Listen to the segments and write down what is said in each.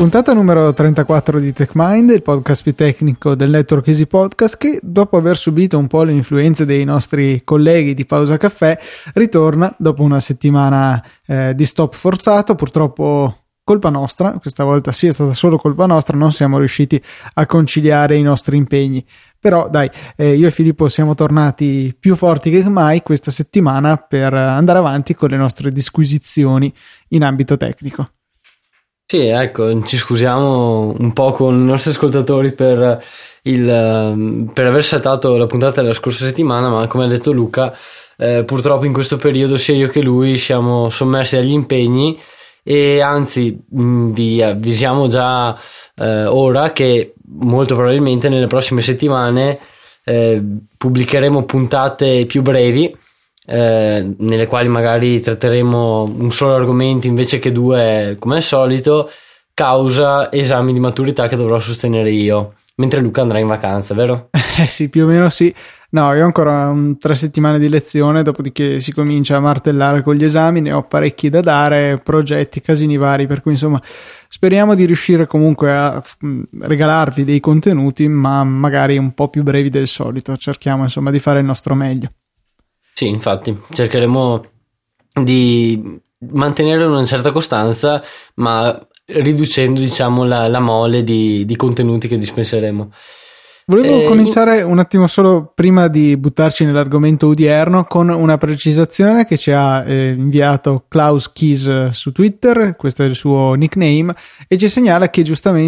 Puntata numero 34 di TechMind, il podcast più tecnico del network Easy Podcast, che dopo aver subito un po' le influenze dei nostri colleghi di Pausa Caffè ritorna dopo una settimana di stop forzato. Purtroppo colpa nostra, questa volta sì, è stata solo colpa nostra, non siamo riusciti a conciliare i nostri impegni. Però dai, io e Filippo siamo tornati più forti che mai questa settimana per andare avanti con le nostre disquisizioni in ambito tecnico. Sì, ecco, ci scusiamo un po' con i nostri ascoltatori per aver saltato la puntata della scorsa settimana, ma come ha detto Luca, purtroppo in questo periodo sia io che lui siamo sommersi dagli impegni, e anzi vi avvisiamo già ora che molto probabilmente nelle prossime settimane pubblicheremo puntate più brevi, nelle quali magari tratteremo un solo argomento invece che due come al solito, causa esami di maturità che dovrò sostenere io mentre Luca andrà in vacanza, vero? Sì, più o meno sì. No, io ho ancora 3 settimane di lezione, dopodiché si comincia a martellare con gli esami, ne ho parecchi da dare, progetti, casini vari, per cui insomma speriamo di riuscire comunque a regalarvi dei contenuti, ma magari un po' più brevi del solito. Cerchiamo insomma di fare il nostro meglio. Sì, infatti cercheremo di mantenere una certa costanza, ma riducendo, diciamo, la mole di contenuti che dispenseremo. Volevo cominciare un attimo solo prima di buttarci nell'argomento odierno con una precisazione che ci ha inviato Klaus Keys su Twitter, questo è il suo nickname, e ci segnala che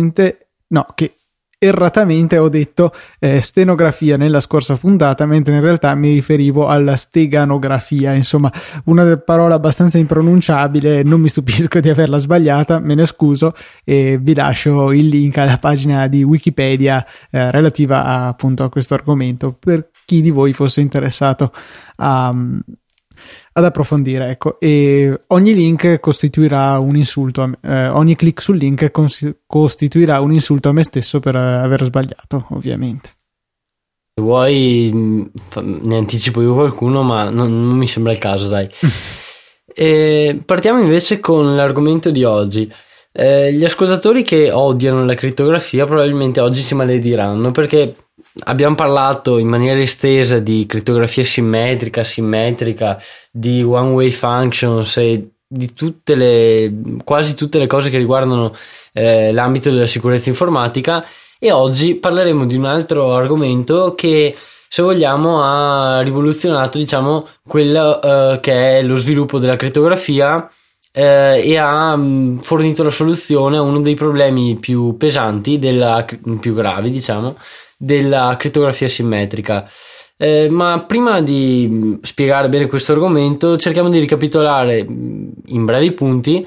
erratamente ho detto stenografia nella scorsa puntata, mentre in realtà mi riferivo alla steganografia, insomma una parola abbastanza impronunciabile. Non mi stupisco di averla sbagliata, me ne scuso, e vi lascio il link alla pagina di Wikipedia relativa appunto a questo argomento per chi di voi fosse interessato ad approfondire, ecco. E ogni link costituirà un insulto, ogni click sul link costituirà un insulto a me stesso per aver sbagliato, ovviamente. Se vuoi ne anticipo io qualcuno, ma non mi sembra il caso, dai. Partiamo invece con l'argomento di oggi. Gli ascoltatori che odiano la crittografia probabilmente oggi si malediranno, perché abbiamo parlato in maniera estesa di crittografia simmetrica, asimmetrica, di one way functions e di quasi tutte le cose che riguardano l'ambito della sicurezza informatica, e oggi parleremo di un altro argomento che, se vogliamo, ha rivoluzionato, diciamo, quello che è lo sviluppo della crittografia, e ha fornito la soluzione a uno dei problemi più pesanti, più gravi, diciamo, della crittografia simmetrica. Ma prima di spiegare bene questo argomento, cerchiamo di ricapitolare in brevi punti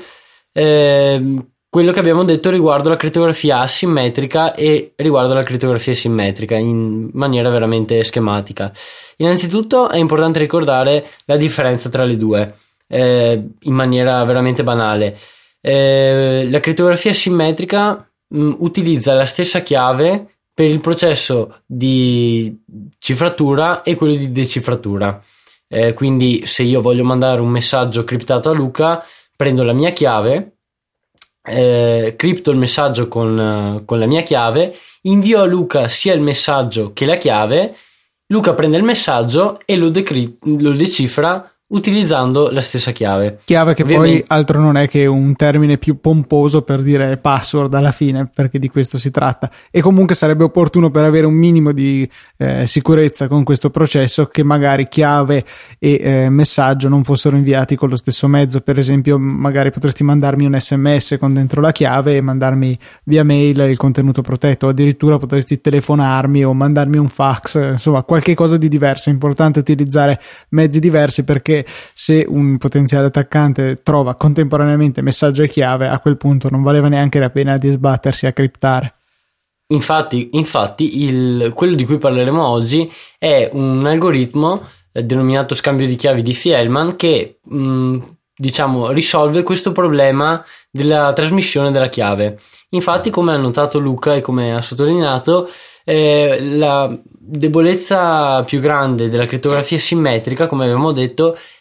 quello che abbiamo detto riguardo la crittografia asimmetrica e riguardo la crittografia simmetrica in maniera veramente schematica. Innanzitutto è importante ricordare la differenza tra le due, in maniera veramente banale. La crittografia simmetrica utilizza la stessa chiave per il processo di cifratura e quello di decifratura. Quindi se io voglio mandare un messaggio criptato a Luca, prendo la mia chiave, cripto il messaggio con la mia chiave, invio a Luca sia il messaggio che la chiave, Luca prende il messaggio e lo decifra utilizzando la stessa chiave. Chiave che ovviamente poi altro non è che un termine più pomposo per dire password alla fine, perché di questo si tratta. E comunque sarebbe opportuno, per avere un minimo di sicurezza con questo processo, che magari chiave e messaggio non fossero inviati con lo stesso mezzo. Per esempio, magari potresti mandarmi un SMS con dentro la chiave e mandarmi via mail il contenuto protetto, o addirittura potresti telefonarmi o mandarmi un fax, insomma qualche cosa di diverso. È importante utilizzare mezzi diversi, perché se un potenziale attaccante trova contemporaneamente messaggio e chiave, a quel punto non valeva neanche la pena di sbattersi a criptare. Infatti quello di cui parleremo oggi è un algoritmo denominato scambio di chiavi di Diffie-Hellman che diciamo risolve questo problema della trasmissione della chiave. Infatti, come ha notato Luca e come ha sottolineato, la debolezza più grande della crittografia simmetrica, come abbiamo detto,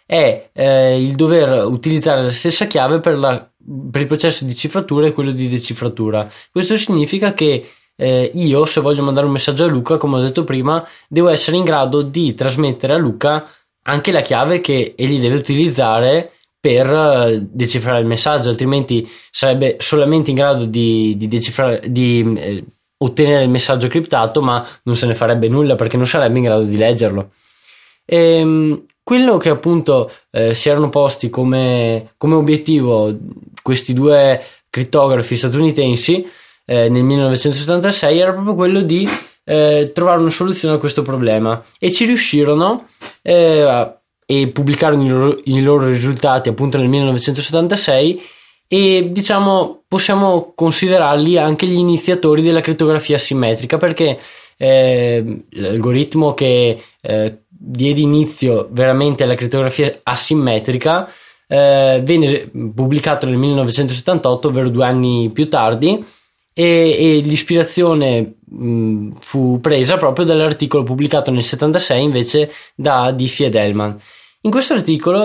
è il dover utilizzare la stessa chiave per il processo di cifratura e quello di decifratura. Questo significa che io, se voglio mandare un messaggio a Luca, come ho detto prima, devo essere in grado di trasmettere a Luca anche la chiave che egli deve utilizzare per decifrare il messaggio, altrimenti sarebbe solamente in grado di decifrare, ottenere il messaggio criptato, ma non se ne farebbe nulla perché non sarebbe in grado di leggerlo. Quello che appunto si erano posti come obiettivo questi due crittografi statunitensi nel 1976 era proprio quello di trovare una soluzione a questo problema, e ci riuscirono e pubblicarono i loro risultati appunto nel 1976, e diciamo possiamo considerarli anche gli iniziatori della crittografia asimmetrica, perché l'algoritmo che diede inizio veramente alla crittografia asimmetrica venne pubblicato nel 1978, ovvero 2 anni più tardi, e l'ispirazione fu presa proprio dall'articolo pubblicato nel 76 invece da Diffie ed Hellman. In questo articolo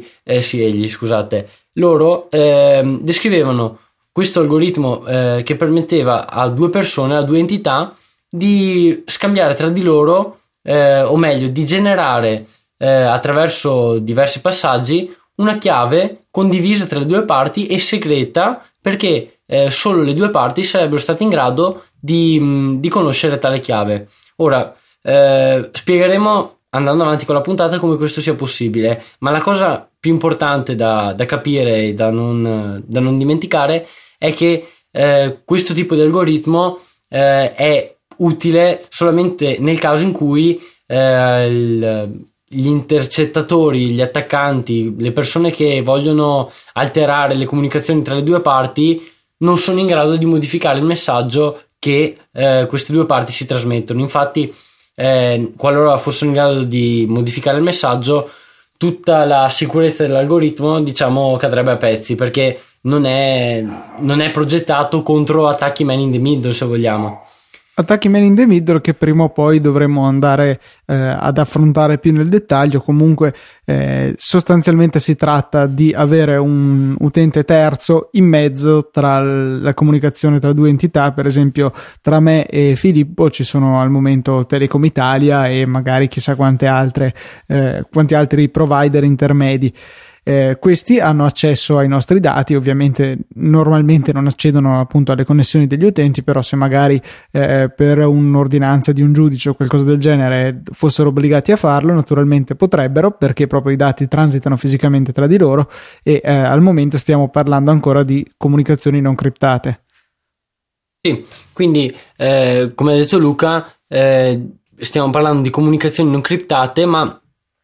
loro descrivevano questo algoritmo che permetteva a 2 persone, a 2 entità, di scambiare tra di loro, o meglio di generare attraverso diversi passaggi una chiave condivisa tra le 2 parti e segreta, perché solo le 2 parti sarebbero state in grado di conoscere tale chiave. Ora spiegheremo andando avanti con la puntata come questo sia possibile, ma la cosa più importante da capire e da non dimenticare è che questo tipo di algoritmo è utile solamente nel caso in cui gli intercettatori, gli attaccanti, le persone che vogliono alterare le comunicazioni tra le 2 parti non sono in grado di modificare il messaggio che queste 2 parti si trasmettono. Infatti qualora fossero in grado di modificare il messaggio, tutta la sicurezza dell'algoritmo cadrebbe a pezzi, perché non è progettato contro attacchi man in the middle, se vogliamo. Attacchi man in the middle che prima o poi dovremo andare ad affrontare più nel dettaglio. Comunque sostanzialmente si tratta di avere un utente terzo in mezzo tra la comunicazione tra 2 entità. Per esempio tra me e Filippo ci sono al momento Telecom Italia e magari chissà quanti altri provider intermedi. Questi hanno accesso ai nostri dati, ovviamente normalmente non accedono appunto alle connessioni degli utenti, però se magari per un'ordinanza di un giudice o qualcosa del genere fossero obbligati a farlo, naturalmente potrebbero, perché proprio i dati transitano fisicamente tra di loro, e al momento stiamo parlando ancora di comunicazioni non criptate. Sì, quindi come ha detto Luca, stiamo parlando di comunicazioni non criptate, ma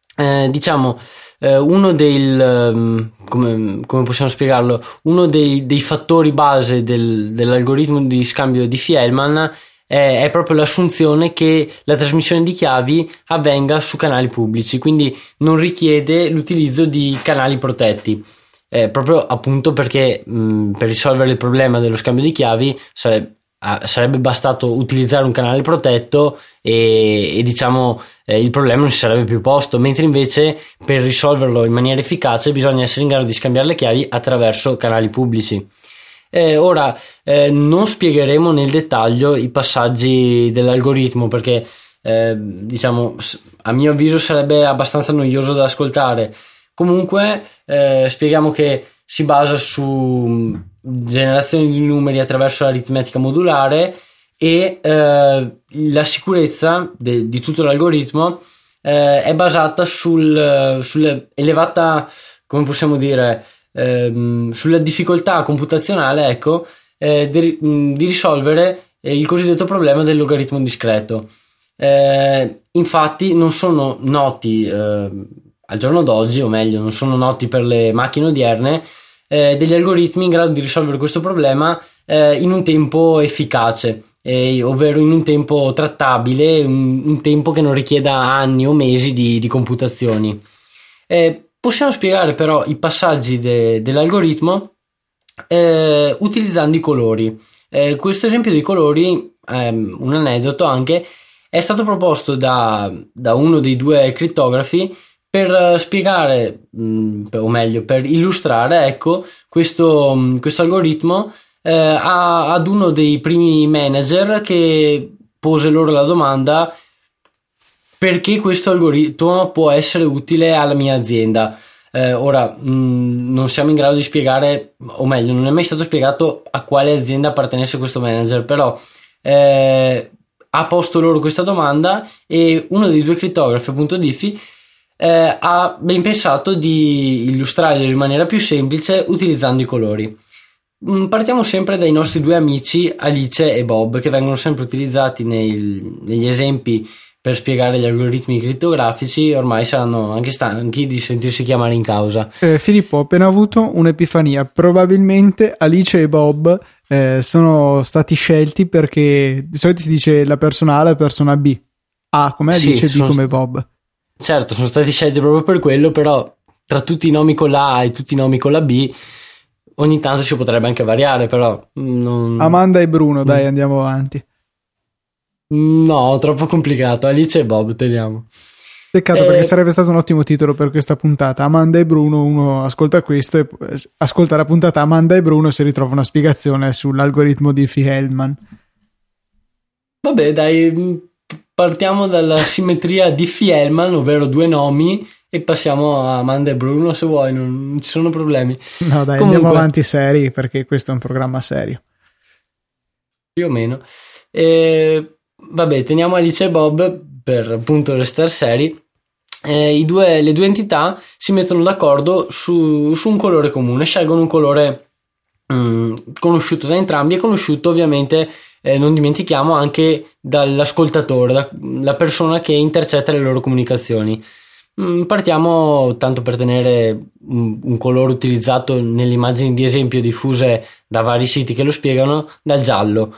uno come possiamo spiegarlo, uno dei fattori base dell'algoritmo di scambio di Diffie-Hellman è proprio l'assunzione che la trasmissione di chiavi avvenga su canali pubblici, quindi non richiede l'utilizzo di canali protetti, proprio appunto perché per risolvere il problema dello scambio di chiavi sarebbe bastato utilizzare un canale protetto e il problema non si sarebbe più posto, mentre invece per risolverlo in maniera efficace bisogna essere in grado di scambiare le chiavi attraverso canali pubblici. Ora non spiegheremo nel dettaglio i passaggi dell'algoritmo, perché a mio avviso sarebbe abbastanza noioso da ascoltare. Comunque spieghiamo che si basa su generazione di numeri attraverso l'aritmetica modulare, e la sicurezza di tutto l'algoritmo è basata sulla elevata, come possiamo dire, sulla difficoltà computazionale, di risolvere il cosiddetto problema del logaritmo discreto. Infatti non sono noti al giorno d'oggi, o meglio non sono noti per le macchine odierne, degli algoritmi in grado di risolvere questo problema in un tempo efficace, ovvero in un tempo trattabile, un tempo che non richieda anni o mesi di computazioni. Possiamo spiegare però i passaggi dell'algoritmo utilizzando i colori. Questo esempio dei colori, un aneddoto anche, è stato proposto da uno dei 2 crittografi per spiegare, o meglio, per illustrare, ecco, questo algoritmo ad uno dei primi manager che pose loro la domanda: perché questo algoritmo può essere utile alla mia azienda? Ora non siamo in grado di spiegare, o meglio, non è mai stato spiegato a quale azienda appartenesse questo manager, però ha posto loro questa domanda e uno dei due crittografi, appunto Diffie, ha ben pensato di illustrarlo in maniera più semplice utilizzando i colori. Partiamo sempre dai nostri due amici Alice e Bob, che vengono sempre utilizzati negli esempi per spiegare gli algoritmi crittografici. Ormai saranno anche stanchi di sentirsi chiamare in causa. Filippo, ho appena avuto un'epifania. Probabilmente Alice e Bob sono stati scelti perché di solito si dice la persona A e la persona B. A come Alice, sì, B come Bob. Certo, sono stati scelti proprio per quello, però tra tutti i nomi con la A e tutti i nomi con la B ogni tanto si potrebbe anche variare, però non... Amanda e Bruno, dai, andiamo avanti. No, troppo complicato. Alice e Bob teniamo. Peccato, perché sarebbe stato un ottimo titolo per questa puntata. Amanda e Bruno, uno ascolta questo e ascolta la puntata Amanda e Bruno e si ritrova una spiegazione sull'algoritmo di Diffie-Hellman. Vabbè, dai, partiamo dalla simmetria Diffie-Hellman, ovvero due nomi, e passiamo a Amanda e Bruno se vuoi, non ci sono problemi. No dai, comunque, andiamo avanti seri, perché questo è un programma serio. Più o meno. Vabbè, teniamo Alice e Bob per appunto restare seri. Le due entità si mettono d'accordo su un colore comune, scelgono un colore conosciuto da entrambi e conosciuto ovviamente, non dimentichiamo, anche dall'ascoltatore, la persona che intercetta le loro comunicazioni. Partiamo, tanto per tenere un colore utilizzato nelle immagini di esempio diffuse da vari siti che lo spiegano, dal giallo.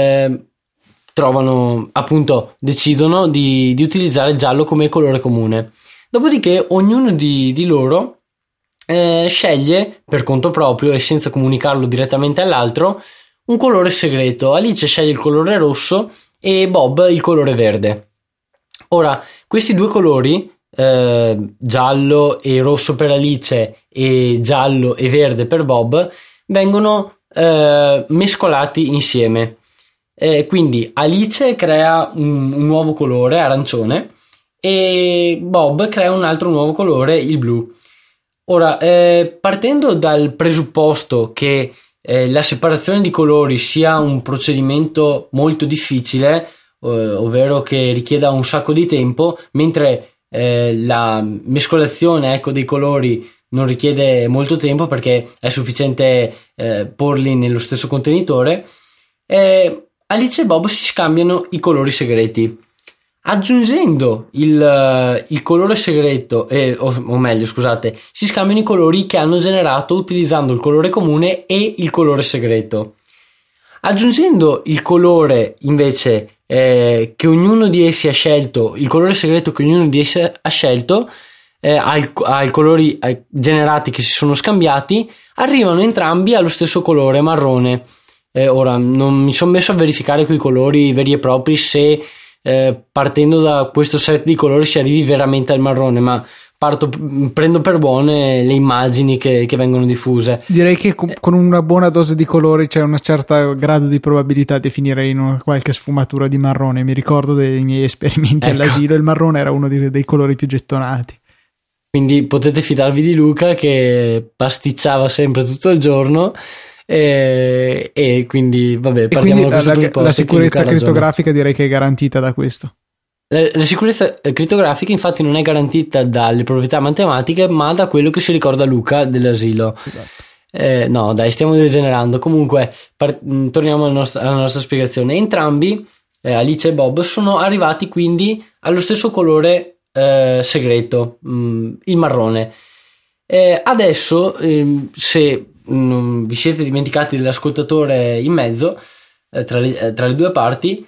Decidono di utilizzare il giallo come colore comune. Dopodiché ognuno di loro sceglie per conto proprio e senza comunicarlo direttamente all'altro un colore segreto. Alice sceglie il colore rosso e Bob il colore verde. Ora, questi due colori, giallo e rosso per Alice e giallo e verde per Bob, vengono mescolati insieme. Quindi Alice crea un nuovo colore arancione e Bob crea un altro nuovo colore, il blu. Ora, partendo dal presupposto che la separazione di colori sia un procedimento molto difficile, ovvero che richieda un sacco di tempo, mentre la mescolazione, ecco, dei colori non richiede molto tempo perché è sufficiente porli nello stesso contenitore, Alice e Bob si scambiano i colori segreti. Aggiungendo il colore segreto, o meglio, scusate, si scambiano i colori che hanno generato utilizzando il colore comune e il colore segreto. Aggiungendo il colore invece che ognuno di essi ha scelto, il colore segreto che ognuno di essi ha scelto, ai colori generati che si sono scambiati, arrivano entrambi allo stesso colore marrone. Ora non mi sono messo a verificare coi colori veri e propri se partendo da questo set di colori si arrivi veramente al marrone, ma prendo per buone le immagini che vengono diffuse. Direi che con una buona dose di colori c'è un certo grado di probabilità di finire in qualche sfumatura di marrone. Mi ricordo dei miei esperimenti all'asilo, il marrone era uno dei colori più gettonati. Quindi potete fidarvi di Luca che pasticciava sempre tutto il giorno. E quindi vabbè, partiamo da questo presupposto. La sicurezza crittografica direi che è garantita da questo. La sicurezza crittografica infatti non è garantita dalle proprietà matematiche, ma da quello che si ricorda Luca dell'asilo. Esatto. No dai, stiamo degenerando. Comunque torniamo alla nostra spiegazione. Entrambi, Alice e Bob, sono arrivati quindi allo stesso colore segreto, il marrone. Adesso se non vi siete dimenticati dell'ascoltatore in mezzo, tra le due parti,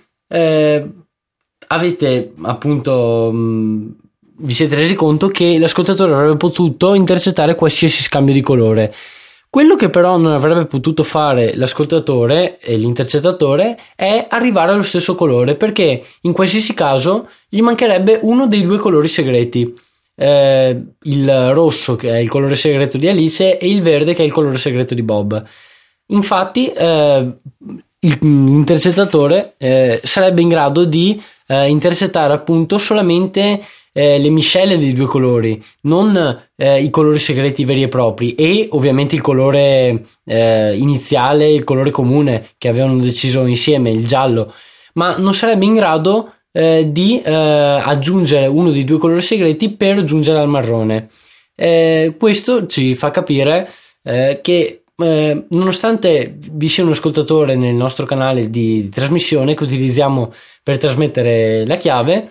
avete appunto vi siete resi conto che l'ascoltatore avrebbe potuto intercettare qualsiasi scambio di colore. Quello che però non avrebbe potuto fare l'ascoltatore e l'intercettatore è arrivare allo stesso colore, perché in qualsiasi caso gli mancherebbe uno dei due colori segreti. il rosso che è il colore segreto di Alice e il verde che è il colore segreto di Bob. Infatti l'intercettatore sarebbe in grado di intercettare appunto solamente le miscele dei due colori, non i colori segreti veri e propri, e ovviamente il colore iniziale, il colore comune che avevano deciso insieme, il giallo, ma non sarebbe in grado di aggiungere uno dei due colori segreti per giungere al marrone. Questo ci fa capire che nonostante vi sia un ascoltatore nel nostro canale di trasmissione che utilizziamo per trasmettere la chiave,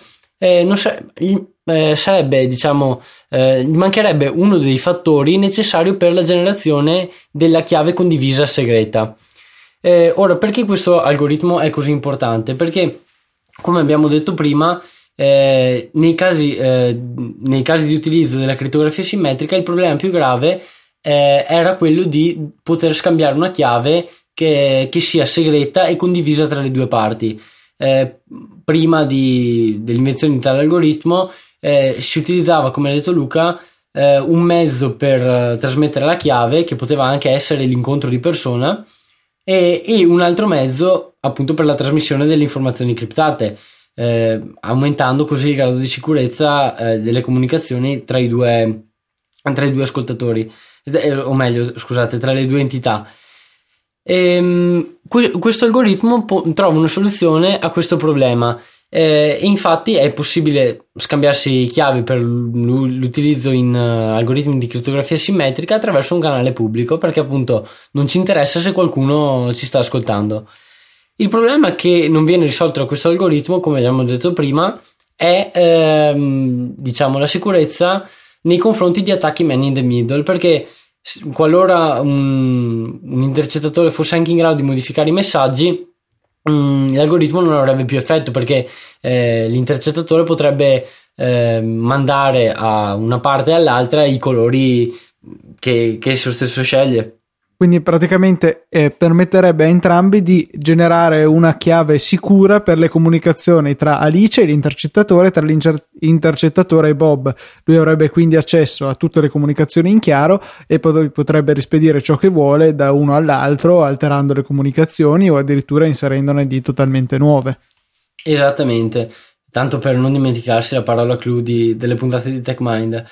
sarebbe, diciamo, gli mancherebbe uno dei fattori necessari per la generazione della chiave condivisa segreta. Ora, perché questo algoritmo è così importante? Perché, come abbiamo detto prima, nei casi di utilizzo della crittografia simmetrica il problema più grave era quello di poter scambiare una chiave che sia segreta e condivisa tra le due parti. Prima dell'invenzione di tale algoritmo si utilizzava, come ha detto Luca, un mezzo per trasmettere la chiave, che poteva anche essere l'incontro di persona, e un altro mezzo appunto per la trasmissione delle informazioni criptate, aumentando così il grado di sicurezza delle comunicazioni tra i due ascoltatori, o meglio, scusate, tra le due entità. Questo algoritmo trova una soluzione a questo problema, e infatti è possibile scambiarsi chiavi per l'utilizzo in algoritmi di crittografia simmetrica attraverso un canale pubblico, perché appunto non ci interessa se qualcuno ci sta ascoltando. Il problema che non viene risolto da questo algoritmo, come abbiamo detto prima, è diciamo la sicurezza nei confronti di attacchi man in the middle, perché qualora un intercettatore fosse anche in grado di modificare i messaggi, l'algoritmo non avrebbe più effetto, perché l'intercettatore potrebbe mandare a una parte e all'altra i colori che esso stesso sceglie. Quindi praticamente permetterebbe a entrambi di generare una chiave sicura per le comunicazioni tra Alice e l'intercettatore, tra l'intercettatore e Bob. Lui avrebbe quindi accesso a tutte le comunicazioni in chiaro e potrebbe rispedire ciò che vuole da uno all'altro, alterando le comunicazioni o addirittura inserendone di totalmente nuove. Esattamente, tanto per non dimenticarsi la parola clou delle puntate di TechMind.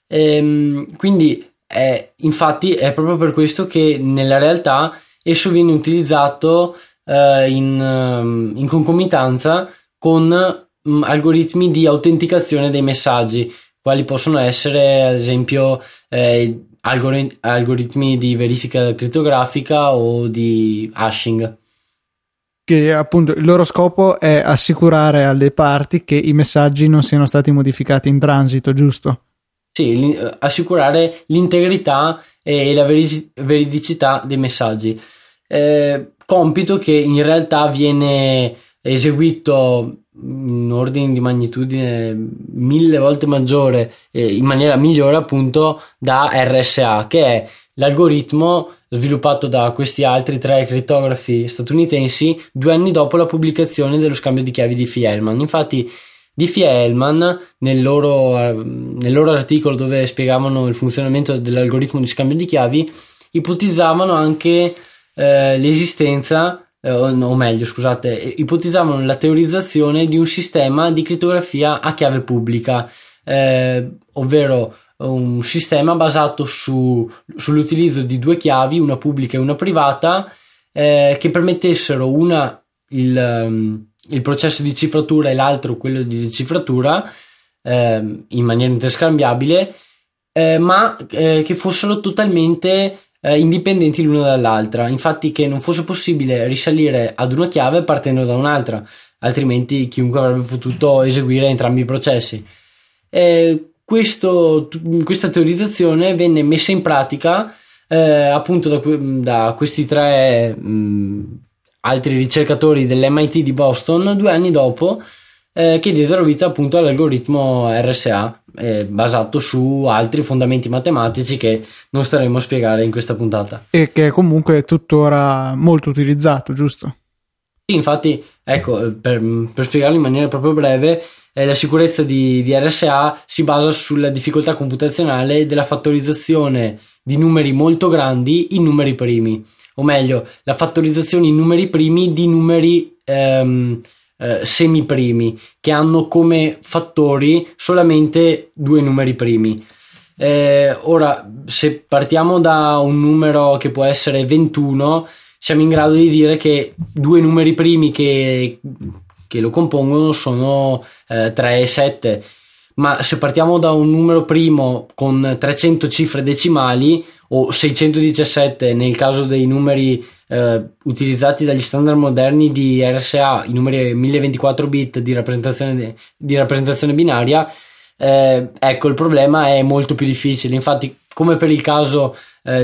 Quindi infatti è proprio per questo che nella realtà esso viene utilizzato in concomitanza con algoritmi di autenticazione dei messaggi, quali possono essere ad esempio algoritmi di verifica crittografica o di hashing. Che appunto il loro scopo è assicurare alle parti che i messaggi non siano stati modificati in transito, giusto? Sì, assicurare l'integrità e la veridicità dei messaggi, compito che in realtà viene eseguito in ordine di magnitudine 1000 volte maggiore, in maniera migliore appunto, da RSA, che è l'algoritmo sviluppato da questi altri 3 crittografi statunitensi 2 anni dopo la pubblicazione dello scambio di chiavi di Diffie-Hellman. Infatti Diffie e Hellman nel loro articolo, dove spiegavano il funzionamento dell'algoritmo di scambio di chiavi, ipotizzavano anche l'esistenza, o meglio, scusate, ipotizzavano la teorizzazione di un sistema di crittografia a chiave pubblica, ovvero un sistema basato sull'utilizzo di 2 chiavi, una pubblica e una privata, che permettessero una il processo di cifratura e l'altro quello di decifratura, in maniera interscambiabile, ma che fossero totalmente indipendenti l'una dall'altra. Infatti che non fosse possibile risalire ad una chiave partendo da un'altra, altrimenti chiunque avrebbe potuto eseguire entrambi i processi. Questa teorizzazione venne messa in pratica appunto da questi 3 altri ricercatori dell'MIT di Boston 2 anni dopo, che diedero vita appunto all'algoritmo RSA, basato su altri fondamenti matematici che non staremo a spiegare in questa puntata. E che è comunque tuttora molto utilizzato, giusto? Sì, infatti, ecco, per spiegarlo in maniera proprio breve, la sicurezza di RSA si basa sulla difficoltà computazionale della fattorizzazione di numeri molto grandi in numeri primi, o meglio, la fattorizzazione in numeri primi di numeri semiprimi, che hanno come fattori solamente due numeri primi. Ora, se partiamo da un numero che può essere 21, siamo in grado di dire che due numeri primi che lo compongono sono 3 e 7, ma se partiamo da un numero primo con 300 cifre decimali o 617 nel caso dei numeri utilizzati dagli standard moderni di RSA, i numeri 1024 bit di rappresentazione binaria, ecco, il problema è molto più difficile. Infatti, come per il caso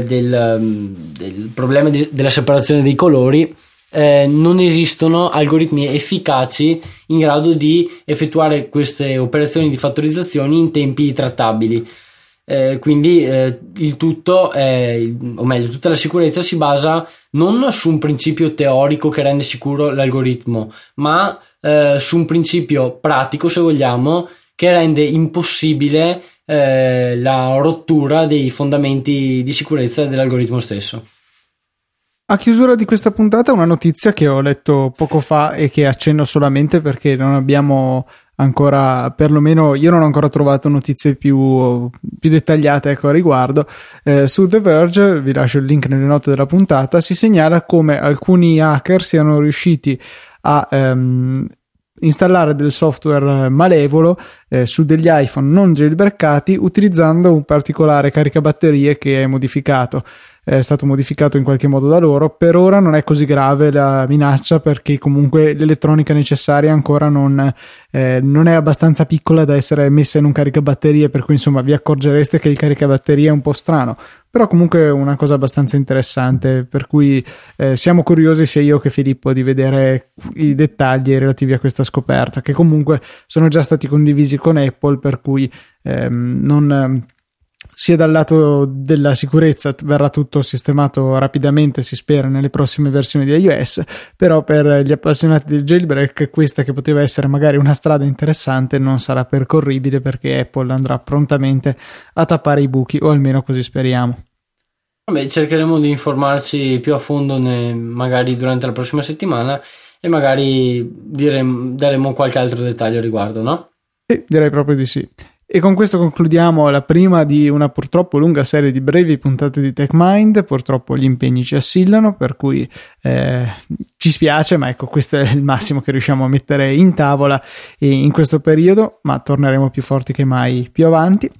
del problema della separazione dei colori, non esistono algoritmi efficaci in grado di effettuare queste operazioni di fattorizzazione in tempi trattabili. Quindi il tutto, o meglio, tutta la sicurezza si basa non su un principio teorico che rende sicuro l'algoritmo, ma su un principio pratico, se vogliamo, che rende impossibile la rottura dei fondamenti di sicurezza dell'algoritmo stesso. A chiusura di questa puntata una notizia che ho letto poco fa e che accenno solamente perché non abbiamo ancora, perlomeno io non ho ancora trovato notizie più dettagliate, ecco, a riguardo. Su The Verge, vi lascio il link nelle note della puntata, si segnala come alcuni hacker siano riusciti a installare del software malevolo su degli iPhone non jailbreakati utilizzando un particolare caricabatterie che è modificato. È stato modificato in qualche modo da loro. Per ora non è così grave la minaccia perché comunque l'elettronica necessaria ancora non è abbastanza piccola da essere messa in un caricabatterie, per cui insomma vi accorgereste che il caricabatterie è un po' strano, però comunque è una cosa abbastanza interessante, per cui siamo curiosi sia io che Filippo di vedere i dettagli relativi a questa scoperta, che comunque sono già stati condivisi con Apple, per cui non sia dal lato della sicurezza verrà tutto sistemato rapidamente, si spera, nelle prossime versioni di iOS, però per gli appassionati del jailbreak questa, che poteva essere magari una strada interessante, non sarà percorribile perché Apple andrà prontamente a tappare i buchi, o almeno così speriamo. Vabbè, cercheremo di informarci più a fondo magari durante la prossima settimana e magari daremo qualche altro dettaglio a riguardo, no? Sì, direi proprio di sì. E con questo concludiamo la prima di una purtroppo lunga serie di brevi puntate di TechMind. Purtroppo gli impegni ci assillano, per cui ci spiace, ma ecco, questo è il massimo che riusciamo a mettere in tavola in questo periodo, ma torneremo più forti che mai più avanti.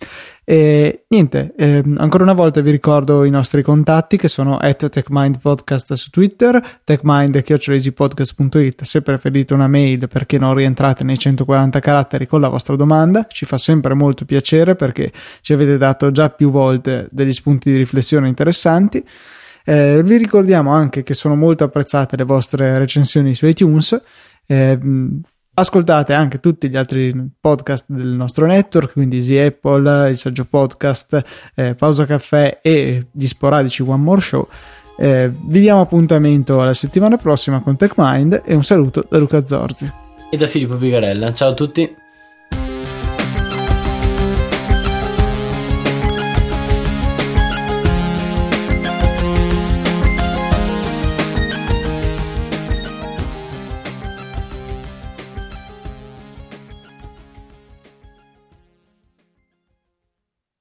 Niente, ancora una volta vi ricordo i nostri contatti, che sono @techmindpodcast su Twitter, techmind@easypodcast.it se preferite una mail, perché non rientrate nei 140 caratteri con la vostra domanda. Ci fa sempre molto piacere perché ci avete dato già più volte degli spunti di riflessione interessanti. Vi ricordiamo anche che sono molto apprezzate le vostre recensioni su iTunes. Ascoltate anche tutti gli altri podcast del nostro network, quindi Easy Apple, il Saggio Podcast, Pausa Caffè e gli sporadici One More Show. Vi diamo appuntamento alla settimana prossima con TechMind e un saluto da Luca Zorzi e da Filippo Pigarella. Ciao a tutti.